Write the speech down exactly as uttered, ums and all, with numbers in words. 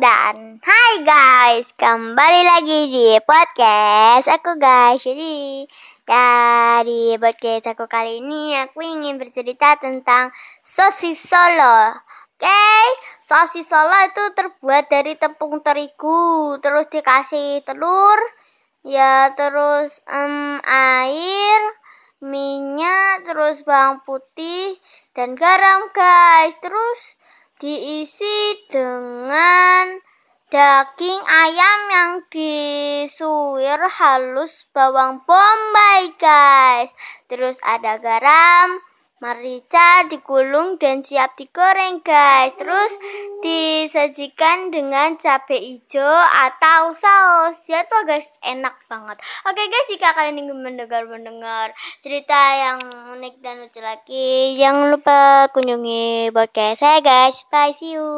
dan hai guys, kembali lagi di podcast aku guys. Jadi ya di podcast aku kali ini aku ingin bercerita tentang sosis Solo. Oke, okay? Sosis Solo itu terbuat dari tepung terigu, terus dikasih telur, ya terus um, air, minyak, terus bawang putih dan garam guys. Terus diisi dengan daging ayam yang disuir halus bawang bombay guys. Terus ada garam, merica digulung dan siap digoreng guys. Terus disajikan dengan cabai hijau atau saus. Ya so guys, enak banget. Oke guys, jika kalian ingin mendengar-mendengar cerita yang unik dan lucu lagi, jangan lupa kunjungi podcast saya guys. Bye, see you.